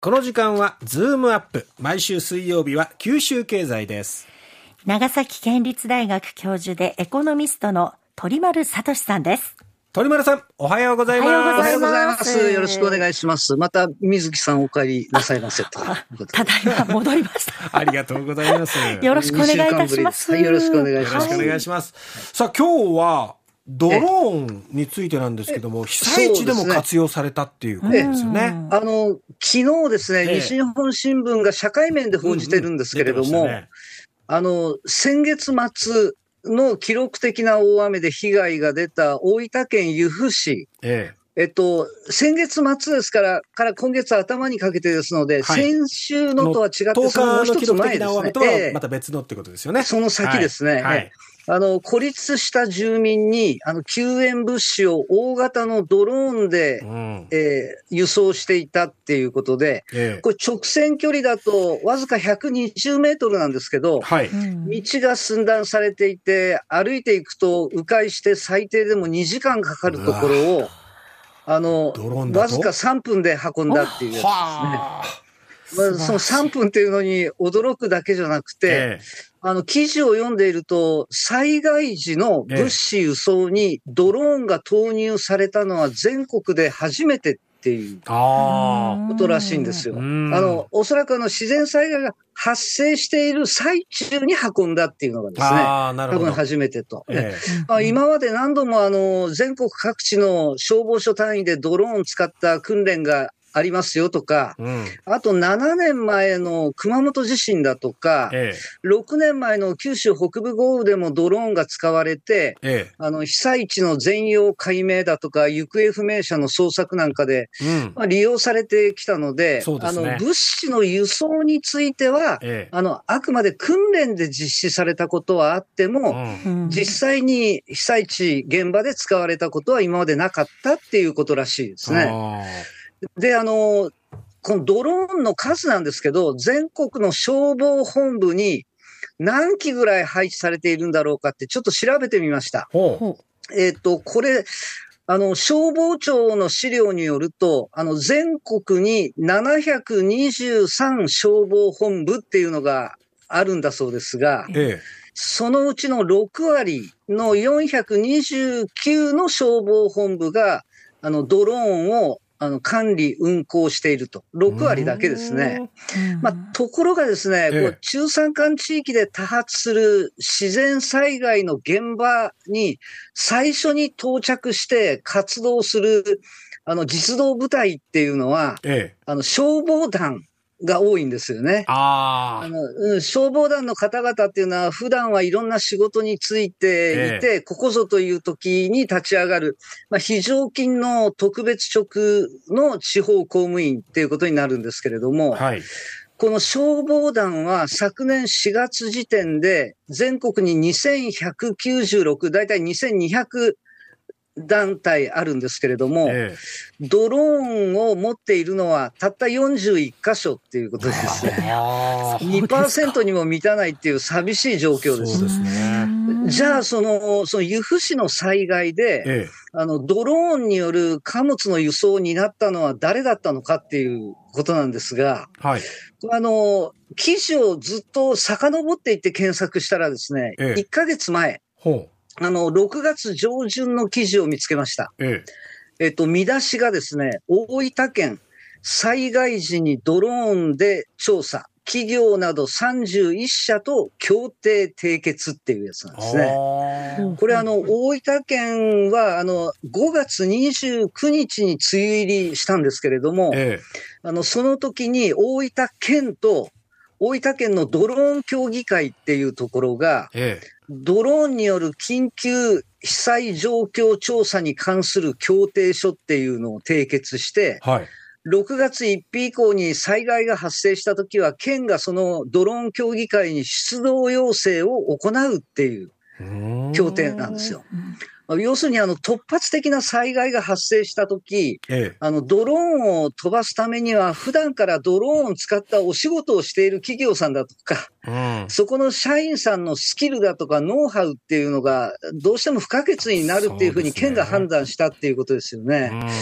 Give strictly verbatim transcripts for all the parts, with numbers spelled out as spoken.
この時間はズームアップ。毎週水曜日は九州経済です。 長崎県立大学教授でエコノミストの鳥丸聡さんです。 鳥丸さん、おはようございます。おはようございます。よろしくお願いします。また水木さんお帰りなさいませと。 ただいま戻りました。 ありがとうございます。 よろしくお願いいたします。 はい、よろしくお願いします。 よろしくお願いします。さあ、今日はドローンについてなんですけども、被災地でも活用されたっていうことですよね。 あの、昨日ですね、西日本新聞が社会面で報じてるんですけれども、あの、先月末の記録的な大雨で被害が出た大分県由布市。ええ。えっと、先月末ですから、から今月頭にかけてですので、はい、先週のとは違って、 そのもう一つ前ですね。とはまた別のってことですよね。 その先ですね。はいはい、あの、孤立した住民に、あの、救援物資を大型のドローンで、うんえー、輸送していたっていうことで、ええ、これ直線距離だとわずかひゃくにじゅうメートルなんですけど、はい、道が寸断されていて、歩いていくと迂回して最低でもにじかんかかるところを、あの、わずかさんぷんで運んだっていうやつですね。まあ、そのさんぷんっていうのに驚くだけじゃなくて、ええ、あの、記事を読んでいると、災害時の物資輸送にドローンが投入されたのは全国で初めてっていうことらしいんですよ。あの、おそらくあの自然災害が発生している最中に運んだっていうのがですね、多分初めてと。ええ、今まで何度もあの、全国各地の消防署単位でドローンを使った訓練がありますよとか、うん、あとななねんまえの熊本地震だとか、ええ、ろくねんまえの九州北部豪雨でもドローンが使われて、ええ、あの被災地の全容解明だとか、行方不明者の捜索なんかで、うんまあ、利用されてきたので、そうですね、あの物資の輸送については、ええ、あのあくまで訓練で実施されたことはあっても、うん、実際に被災地現場で使われたことは今までなかったっていうことらしいですね。で、あの、このドローンの数なんですけど、全国の消防本部に何機ぐらい配置されているんだろうかってちょっと調べてみました。えっと、これ、あの、消防庁の資料によると、あの、全国にななひゃくにじゅうさん消防本部っていうのがあるんだそうですが、ええ、そのうちのろくわりのよんひゃくにじゅうきゅうの消防本部が、あの、ドローンをあの管理、運行していると。ろくわりだけですね。まあ、ところがですね、ええ、こう中山間地域で多発する自然災害の現場に最初に到着して活動するあの実動部隊っていうのは、ええ、あの消防団が多いんですよね。ああの、うん、消防団の方々っていうのは普段はいろんな仕事についていて、ええ、ここぞという時に立ち上がる、まあ、非常勤の特別職の地方公務員っていうことになるんですけれども、はい、この消防団は昨年しがつ時点で全国ににせんひゃくきゅうじゅうろく、だいたいにせんにひゃく団体あるんですけれども、ええ、ドローンを持っているのはたったよんじゅういっかしょっていうことですね。にパーセント にも満たないっていう寂しい状況です。そうですね。じゃあ、その、その由布市の災害で、ええ、あの、ドローンによる貨物の輸送を担ったのは誰だったのかっていうことなんですが、はい、あの、記事をずっと遡っていって検索したらですね、ええ、いっかげつまえ、ほうあの、ろくがつじょうじゅんの記事を見つけました。ええ。えっと、見出しがですね、大分県災害時にドローンで調査、企業などさんじゅういっしゃと協定締結っていうやつなんですね。これあの、大分県はあの、ごがつにじゅうくにちに梅雨入りしたんですけれども、ええ、あの、その時に大分県と大分県のドローン協議会っていうところが、ええ、ドローンによる緊急被災状況調査に関する協定書っていうのを締結して、はい、ろくがつついたち以降に災害が発生したときは、県がそのドローン協議会に出動要請を行うっていう協定なんですよ。要するにあの突発的な災害が発生したとき、ええ、あのドローンを飛ばすためには普段からドローンを使ったお仕事をしている企業さんだとか、うん、そこの社員さんのスキルだとかノウハウっていうのがどうしても不可欠になるっていうふうに県が判断したっていうことですよね。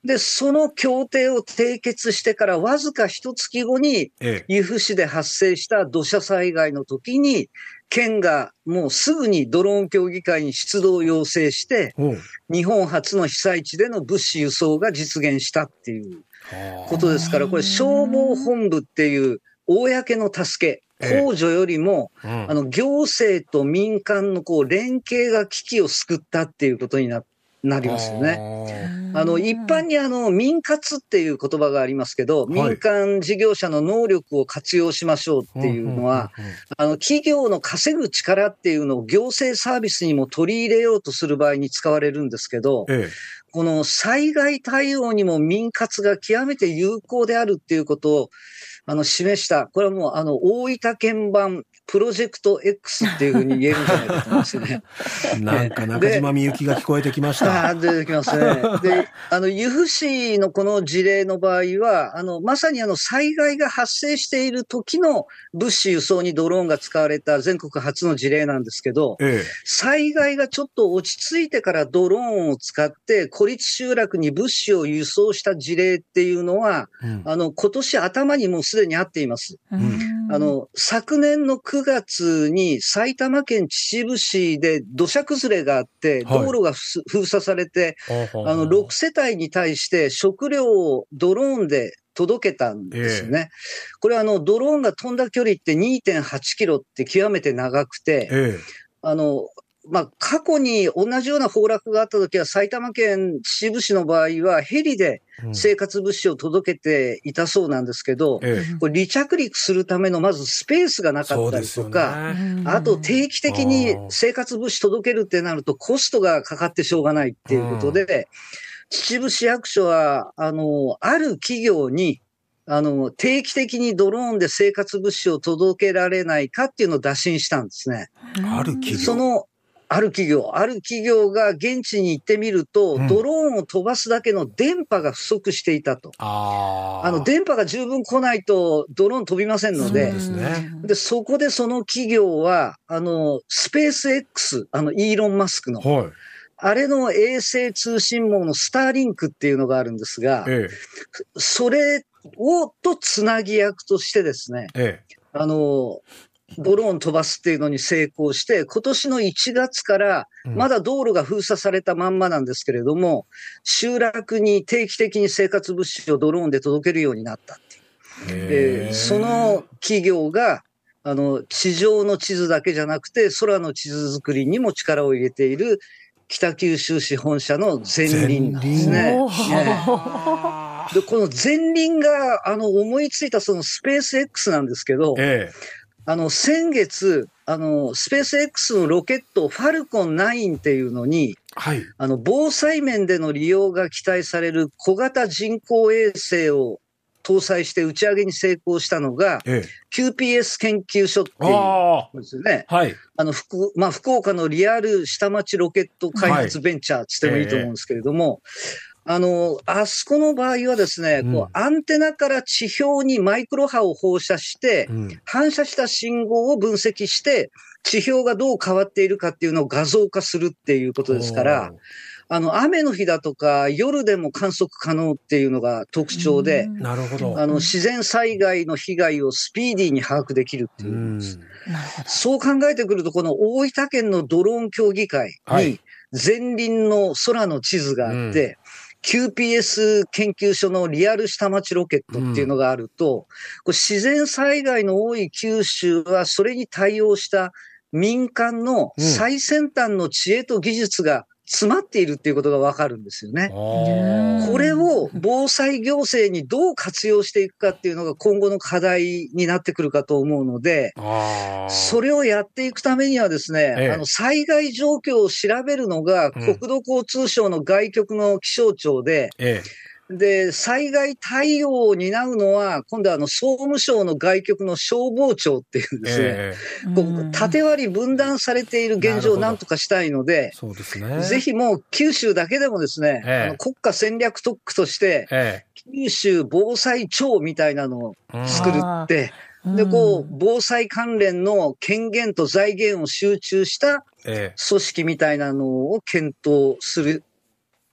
で、その協定を締結してからわずか一月後に、由布市で発生した土砂災害の時に、県がもうすぐにドローン協議会に出動を要請して、日本初の被災地での物資輸送が実現したっていうことですから、これ消防本部っていう公の助け、公助よりも、あの行政と民間のこう連携が危機を救ったっていうことになって、なりますよね。あの、一般にあの、民活っていう言葉がありますけど、民間事業者の能力を活用しましょうっていうのは、あの、企業の稼ぐ力っていうのを行政サービスにも取り入れようとする場合に使われるんですけど、ええ、この災害対応にも民活が極めて有効であるっていうことを、あの、示した、これはもう、あの、大分県版プロジェクト X っていうふうに言えるんじゃないかと思うんですよね。 なんか中島みゆきが聞こえてきました。 あ出てきますね。で、あの、由布市のこの事例の場合は、あの、まさにあの、災害が発生している時の物資輸送にドローンが使われた全国初の事例なんですけど、ええ、災害がちょっと落ち着いてからドローンを使って孤立集落に物資を輸送した事例っていうのは、うん、あの、今年頭にもうすでにあっています。うん、あの、昨年のくがつに埼玉県秩父市で土砂崩れがあって、道路が封鎖されて、はい、あの、ろくせたいに対して食料をドローンで届けたんですよね。えー、これあの、ドローンが飛んだ距離って にてんはちキロって極めて長くて、えー、あの、まあ、過去に同じような崩落があったときは、埼玉県秩父市の場合はヘリで生活物資を届けていたそうなんですけど、うん、これ離着陸するためのまずスペースがなかったりとか、ね、あと定期的に生活物資届けるってなるとコストがかかってしょうがないっていうことで、うん、秩父市役所は、あの、ある企業に、あの、定期的にドローンで生活物資を届けられないかっていうのを打診したんですね。 ある企業。 そのある企業、ある企業が現地に行ってみると、うん、ドローンを飛ばすだけの電波が不足していたと。ああの、電波が十分来ないとドローン飛びませんので、そうですね。で、そこでその企業は、あの、スペース X、あの、イーロン・マスクの、はい、あれの衛星通信網のスターリンクっていうのがあるんですが、ええ、それをとつなぎ役としてですね、ええ、あの、ドローン飛ばすっていうのに成功して、今年のいちがつから、まだ道路が封鎖されたまんまなんですけれども、集落に定期的に生活物資をドローンで届けるようになったっていう。で、その企業が、あの、地上の地図だけじゃなくて、空の地図作りにも力を入れている、北九州市本社のゼンリンなんですね。で、このゼンリンが、あの、思いついたそのスペース X なんですけど、ええあの、先月、あの、スペース X のロケット、ファルコンナインっていうのに、はい。あの、防災面での利用が期待される小型人工衛星を搭載して打ち上げに成功したのが、ええ、キューピーエス 研究所っていうんですよね。はい。あの、福、まあ、福岡のリアル下町ロケット開発ベンチャーって言ってもいいと思うんですけれども、はいえあの、あそこの場合はですね、うん、こうアンテナから地表にマイクロ波を放射して、うん、反射した信号を分析して、地表がどう変わっているかっていうのを画像化するっていうことですから、あの、雨の日だとか夜でも観測可能っていうのが特徴で、 なるほど。 あの、自然災害の被害をスピーディーに把握できるっていうんです。そう考えてくると、この大分県のドローン協議会に、前輪の空の地図があって、うんキューピーエス 研究所のリアル下町ロケットっていうのがあると、うん、これ自然災害の多い九州はそれに対応した民間の最先端の知恵と技術が詰まっているっていうことがわかるんですよね。これを防災行政にどう活用していくかっていうのが今後の課題になってくるかと思うので、それをやっていくためにはですね、ええ、あの災害状況を調べるのが国土交通省の外局の気象庁で、ええで、災害対応を担うのは、今度はあの、総務省の外局の消防庁っていうんですね。えー、こう縦割り分断されている現状を何とかしたいので、そうですね。ぜひもう九州だけでもですね、えー、あの国家戦略特区として、えー、九州防災庁みたいなのを作るって、で、こう、防災関連の権限と財源を集中した組織みたいなのを検討する。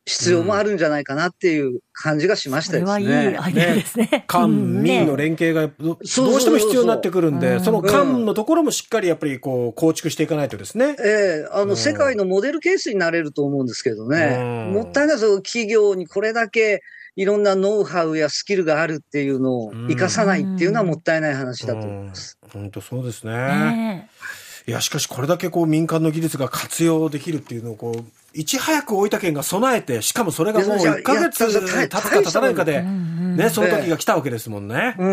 必要もあるんじゃないかなっていう感じがしましたですね。 それはいいアイデアですね。 官民の連携がどうしても必要になってくるんで、その官のところもしっかりやっぱりこう構築していかないとですね。 ええー、あの、世界のモデルケースになれると思うんですけどね。もったいないですよ。企業にこれだけいろんなノウハウやスキルがあるっていうのを生かさないっていうのはもったいない話だと思います。 本当そうですね。いや、しかしこれだけこう民間の技術が活用できるっていうのをこう、いち早く大分県が備えて、しかもそれがもういっかげつ経つか経たないかで、ね、その時が来たわけですもんね。 うん。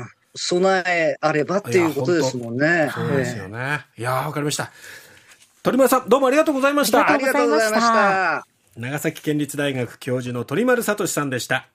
備えあればっていうことですもんね。 そうですよね。いやー、わかりました。鳥丸さん、どうもありがとうございました。 ありがとうございました。 長崎県立大学教授の鳥丸聡さんでした。